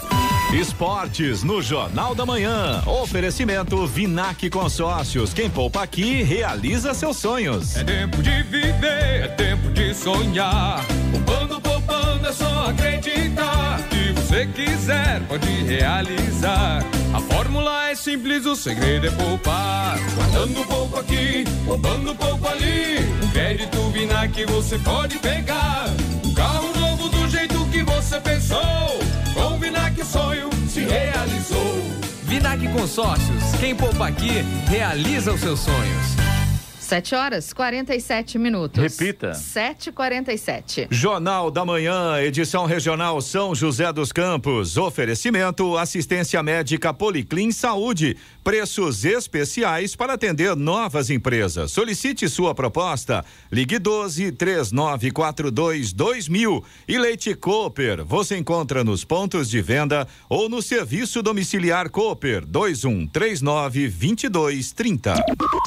Esportes no Jornal da Manhã. Oferecimento Vinac Consórcios. Quem poupa aqui realiza seus sonhos. É tempo de viver, é tempo de sonhar. Poupando, poupando, é só acreditar. O que você quiser, pode realizar. A fórmula é simples, o segredo é poupar. Guardando pouco aqui, poupando pouco ali. Um crédito Vinac você pode pegar. Um carro novo do jeito que você pensou. Com o Vinac o sonho se realizou. Vinac Consórcios, quem poupa aqui, realiza os seus sonhos. sete horas, quarenta e sete minutos. Repita. sete e quarenta e sete. Jornal da Manhã, edição regional São José dos Campos. Oferecimento assistência médica Policlin Saúde. Preços especiais para atender novas empresas. Solicite sua proposta. Ligue doze, três nove quatro dois, dois mil. E Leite Cooper. Você encontra nos pontos de venda ou no serviço domiciliar Cooper. dois um três nove, dois dois três zero.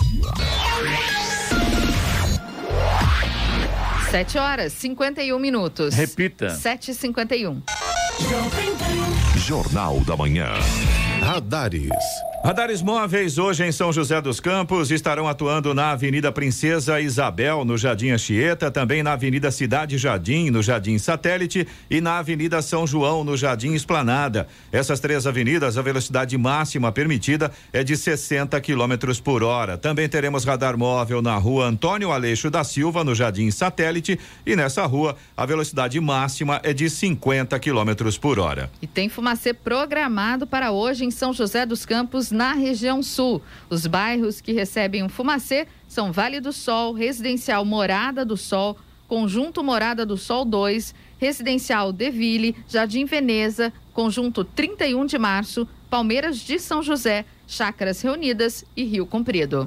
sete horas, cinquenta e um minutos. Repita. sete e cinquenta e um. Jornal da Manhã. Radares. Radares móveis hoje em São José dos Campos estarão atuando na Avenida Princesa Isabel, no Jardim Anchieta, também na Avenida Cidade Jardim, no Jardim Satélite e na Avenida São João, no Jardim Esplanada. Essas três avenidas, a velocidade máxima permitida é de sessenta quilômetros por hora. Também teremos radar móvel na Rua Antônio Aleixo da Silva, no Jardim Satélite, e nessa rua a velocidade máxima é de cinquenta quilômetros por hora. E tem fumacê programado para hoje em São José dos Campos, na região sul. Os bairros que recebem um fumacê são Vale do Sol, Residencial Morada do Sol, Conjunto Morada do Sol dois, Residencial Deville, Jardim Veneza, Conjunto trinta e um de Março, Palmeiras de São José, Chácaras Reunidas e Rio Comprido.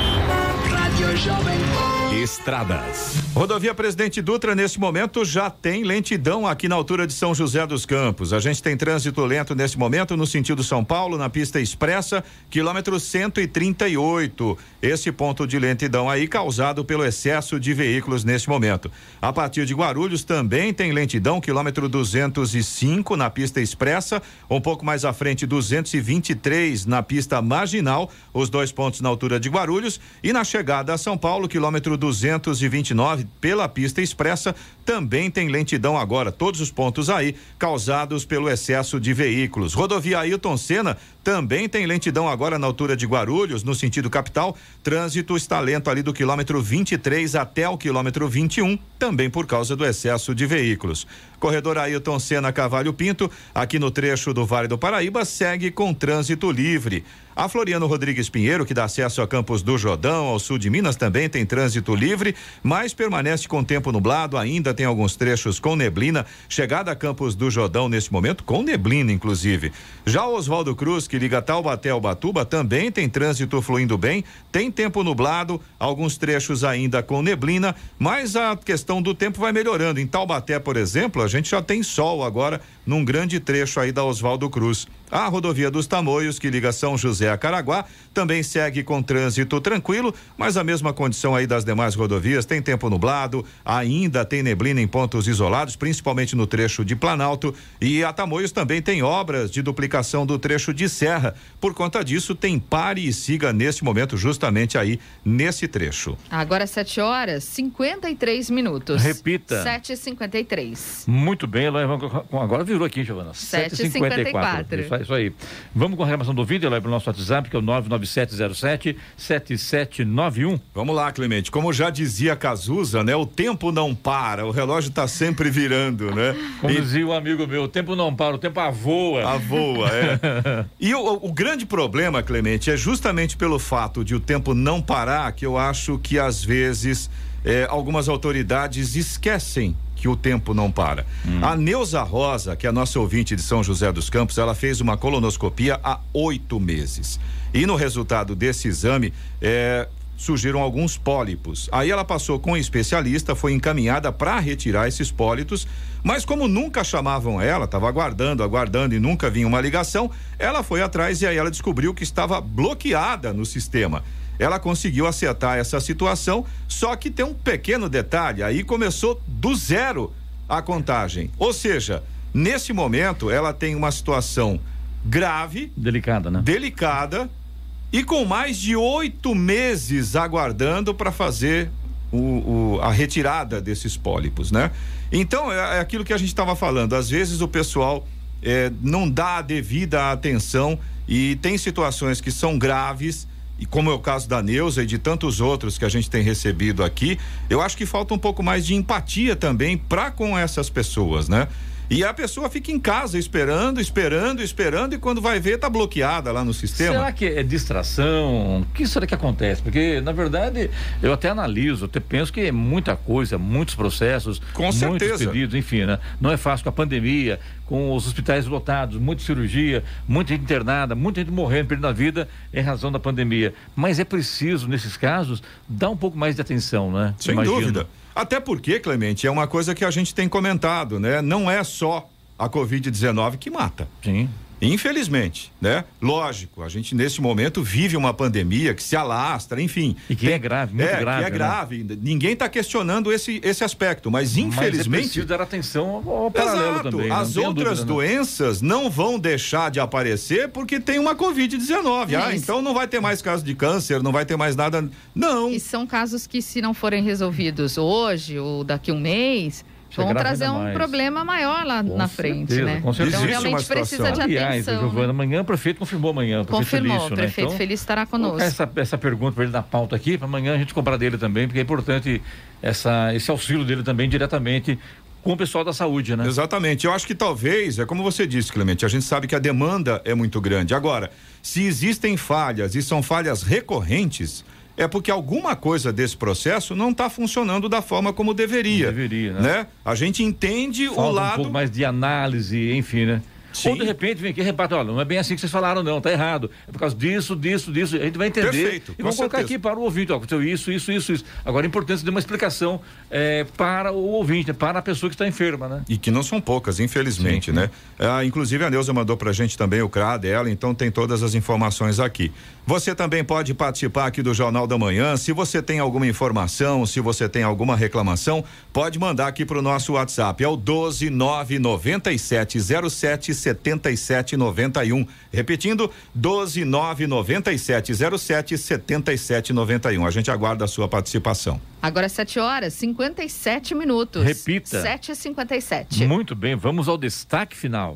Estradas. Rodovia Presidente Dutra, nesse momento, já tem lentidão aqui na altura de São José dos Campos. A gente tem trânsito lento nesse momento no sentido São Paulo, na pista expressa, quilômetro cento e trinta e oito. Esse ponto de lentidão aí causado pelo excesso de veículos nesse momento. A partir de Guarulhos também tem lentidão, quilômetro duzentos e cinco na pista expressa, um pouco mais à frente duzentos e vinte e três na pista marginal, os dois pontos na altura de Guarulhos, e na chegada a São Paulo, quilômetro duzentos e vinte e nove pela pista expressa, também tem lentidão agora, todos os pontos aí causados pelo excesso de veículos. Rodovia Ailton Senna também tem lentidão agora na altura de Guarulhos, no sentido capital. Trânsito está lento ali do quilômetro vinte e três até o quilômetro vinte e um, também por causa do excesso de veículos. Corredor Ailton Senna Cavalho Pinto, aqui no trecho do Vale do Paraíba, segue com trânsito livre. A Floriano Rodrigues Pinheiro, que dá acesso a Campos do Jordão, ao sul de Minas, também tem trânsito livre, mas permanece com tempo nublado, ainda tem alguns trechos com neblina. Chegada a Campos do Jordão nesse momento, com neblina, inclusive. Já o Oswaldo Cruz, que liga Taubaté ao Ubatuba, também tem trânsito fluindo bem, tem tempo nublado, alguns trechos ainda com neblina, mas a questão do tempo vai melhorando. Em Taubaté, por exemplo, a gente já tem sol agora num grande trecho aí da Oswaldo Cruz. A rodovia dos Tamoios, que liga São José a Caraguá, também segue com trânsito tranquilo, mas a mesma condição aí das demais rodovias, tem tempo nublado, ainda tem neblina em pontos isolados, principalmente no trecho de Planalto, e a Tamoios também tem obras de duplicação do trecho de Serra. Por conta disso, tem pare e siga nesse momento, justamente aí nesse trecho. Agora sete horas, cinquenta e três minutos. Repita. sete e cinquenta e três. Muito bem, agora virou aqui, Giovana. sete e cinquenta e quatro. Isso, isso aí. Vamos com a reclamação do vídeo, lá para o nosso WhatsApp, que é o nove nove sete zero sete sete sete nove um. Vamos lá, Clemente. Como já dizia Cazuza, né? O tempo não para, o relógio está sempre virando, né? Como e... dizia um amigo meu, o tempo não para, o tempo avoa. Avoa, é. E o, o grande problema, Clemente, é justamente pelo fato de o tempo não parar, que eu acho que às vezes eh, algumas autoridades esquecem que o tempo não para. Hum. A Neuza Rosa, que é a nossa ouvinte de São José dos Campos, ela fez uma colonoscopia há oito meses. E no resultado desse exame, é, surgiram alguns pólipos. Aí ela passou com um especialista, foi encaminhada para retirar esses pólitos, mas como nunca chamavam ela, estava aguardando, aguardando e nunca vinha uma ligação, ela foi atrás e aí ela descobriu que estava bloqueada no sistema. Ela conseguiu acertar essa situação, só que tem um pequeno detalhe, aí começou do zero a contagem. Ou seja, nesse momento ela tem uma situação grave, delicada, né? Delicada, e com mais de oito meses aguardando para fazer o, o, a retirada desses pólipos, né? Então é, é aquilo que a gente estava falando. Às vezes o pessoal é, não dá a devida atenção e tem situações que são graves. E como é o caso da Neuza e de tantos outros que a gente tem recebido aqui, eu acho que falta um pouco mais de empatia também para com essas pessoas, né? E a pessoa fica em casa esperando, esperando, esperando, e quando vai ver tá bloqueada lá no sistema. Será que é distração? O que será que acontece? Porque, na verdade, eu até analiso, até penso que é muita coisa, muitos processos, com certeza, muitos pedidos, enfim, né? Não é fácil com a pandemia, com os hospitais lotados, muita cirurgia, muita gente internada, muita gente morrendo, perdendo a vida em razão da pandemia. Mas é preciso, nesses casos, dar um pouco mais de atenção, né? Sem Imagino. dúvida. Até porque, Clemente, é uma coisa que a gente tem comentado, né? Não é só a covid dezenove que mata. Sim. Infelizmente, né? Lógico, a gente nesse momento vive uma pandemia que se alastra, enfim. E que tem, é grave, muito é, grave. Que é grave. Né? Ninguém está questionando esse, esse aspecto, mas infelizmente. Mas é preciso dar atenção ao, ao paralelo Exato. também. As outras dúvida, doenças não. não vão deixar de aparecer porque tem uma covid dezenove. Ah, então não vai ter mais caso de câncer, não vai ter mais nada. Não. E são casos que, se não forem resolvidos hoje ou daqui a um mês, vão trazer um mais. problema maior lá com na certeza, frente, né? Com certeza. Então realmente precisa de Aliás, atenção. Giovana, né? Amanhã o prefeito confirmou amanhã. O Confirmou, Felício, o prefeito né? então, Felício estará conosco. Essa, essa pergunta para ele na pauta aqui, para amanhã a gente cobrar dele também, porque é importante essa, esse auxílio dele também diretamente com o pessoal da saúde, né? Exatamente. Eu acho que talvez, é como você disse, Clemente, a gente sabe que a demanda é muito grande. Agora, se existem falhas e são falhas recorrentes, é porque alguma coisa desse processo não está funcionando da forma como deveria. Deveria, né? né? A gente entende Falta o lado... um pouco mais de análise, enfim, né? Sim. Ou de repente vem aqui e rebate, olha, não é bem assim que vocês falaram não, tá errado. É por causa disso, disso, disso. A gente vai entender. Perfeito, e vamos colocar aqui para o ouvinte, ó, aconteceu isso, isso, isso, isso. Agora é importante dar uma explicação é, para o ouvinte, né? Para a pessoa que está enferma, né? E que não são poucas, infelizmente, sim, né? Ah, inclusive a Neuza mandou pra gente também o C R A dela, então tem todas as informações aqui. Você também pode participar aqui do Jornal da Manhã. Se você tem alguma informação, se você tem alguma reclamação, pode mandar aqui pro nosso WhatsApp. É o doze nove nove sete zero sete sete sete nove um. Repetindo, doze nove nove sete zero sete sete sete nove um. A gente aguarda a sua participação. Agora sete horas, cinquenta e sete minutos. Repita. sete e cinquenta e sete. Muito bem, vamos ao destaque final.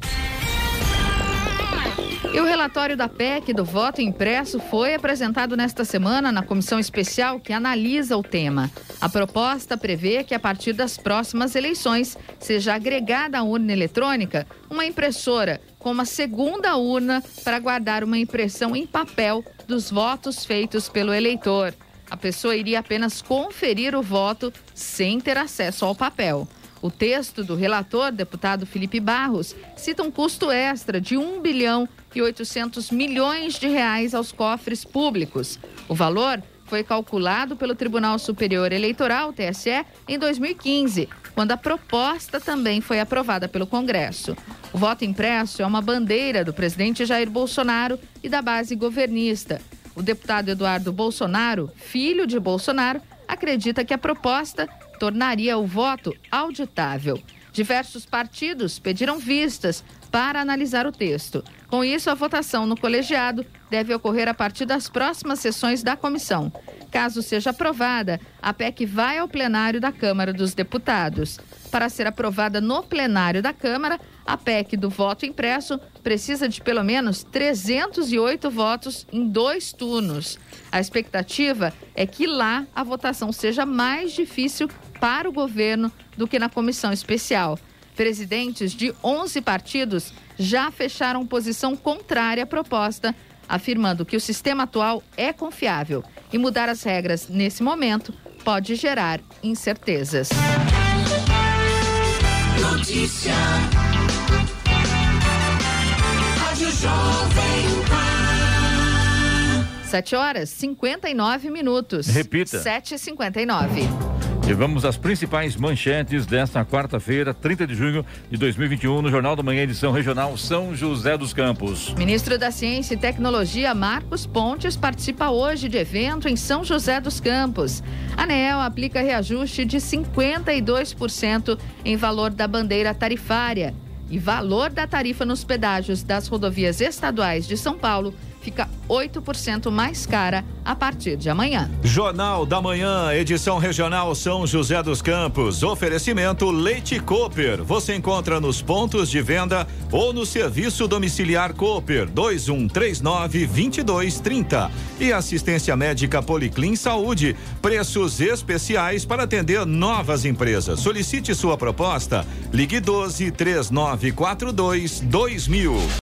E o relatório da P E C do voto impresso foi apresentado nesta semana na comissão especial que analisa o tema. A proposta prevê que a partir das próximas eleições seja agregada à urna eletrônica uma impressora com uma segunda urna para guardar uma impressão em papel dos votos feitos pelo eleitor. A pessoa iria apenas conferir o voto sem ter acesso ao papel. O texto do relator, deputado Felipe Barros, cita um custo extra de um bilhão e oitocentos milhões de reais aos cofres públicos. O valor foi calculado pelo Tribunal Superior Eleitoral, T S E, em dois mil e quinze, quando a proposta também foi aprovada pelo Congresso. O voto impresso é uma bandeira do presidente Jair Bolsonaro e da base governista. O deputado Eduardo Bolsonaro, filho de Bolsonaro, acredita que a proposta tornaria o voto auditável. Diversos partidos pediram vistas para analisar o texto. Com isso, a votação no colegiado deve ocorrer a partir das próximas sessões da comissão. Caso seja aprovada, a P E C vai ao plenário da Câmara dos Deputados. Para ser aprovada no plenário da Câmara, a P E C do voto impresso precisa de pelo menos trezentos e oito votos em dois turnos. A expectativa é que lá a votação seja mais difícil para o governo do que na comissão especial. Presidentes de onze partidos já fecharam posição contrária à proposta, afirmando que o sistema atual é confiável e mudar as regras nesse momento pode gerar incertezas. Notícia. Rádio Jovem Pan. sete horas, cinquenta e nove minutos. Repita. sete e cinquenta e nove. E vamos às principais manchetes desta quarta-feira, trinta de junho de dois mil e vinte e um, no Jornal da Manhã, edição regional São José dos Campos. Ministro da Ciência e Tecnologia, Marcos Pontes, participa hoje de evento em São José dos Campos. A ANEEL aplica reajuste de cinquenta e dois por cento em valor da bandeira tarifária. E valor da tarifa nos pedágios das rodovias estaduais de São Paulo fica oito por cento mais cara a partir de amanhã. Jornal da Manhã, edição regional São José dos Campos. Oferecimento Leite Cooper. Você encontra nos pontos de venda ou no serviço domiciliar Cooper dois um três nove, dois dois três zero. E assistência médica Policlin Saúde. Preços especiais para atender novas empresas. Solicite sua proposta. Ligue doze, três nove quatro dois, dois mil.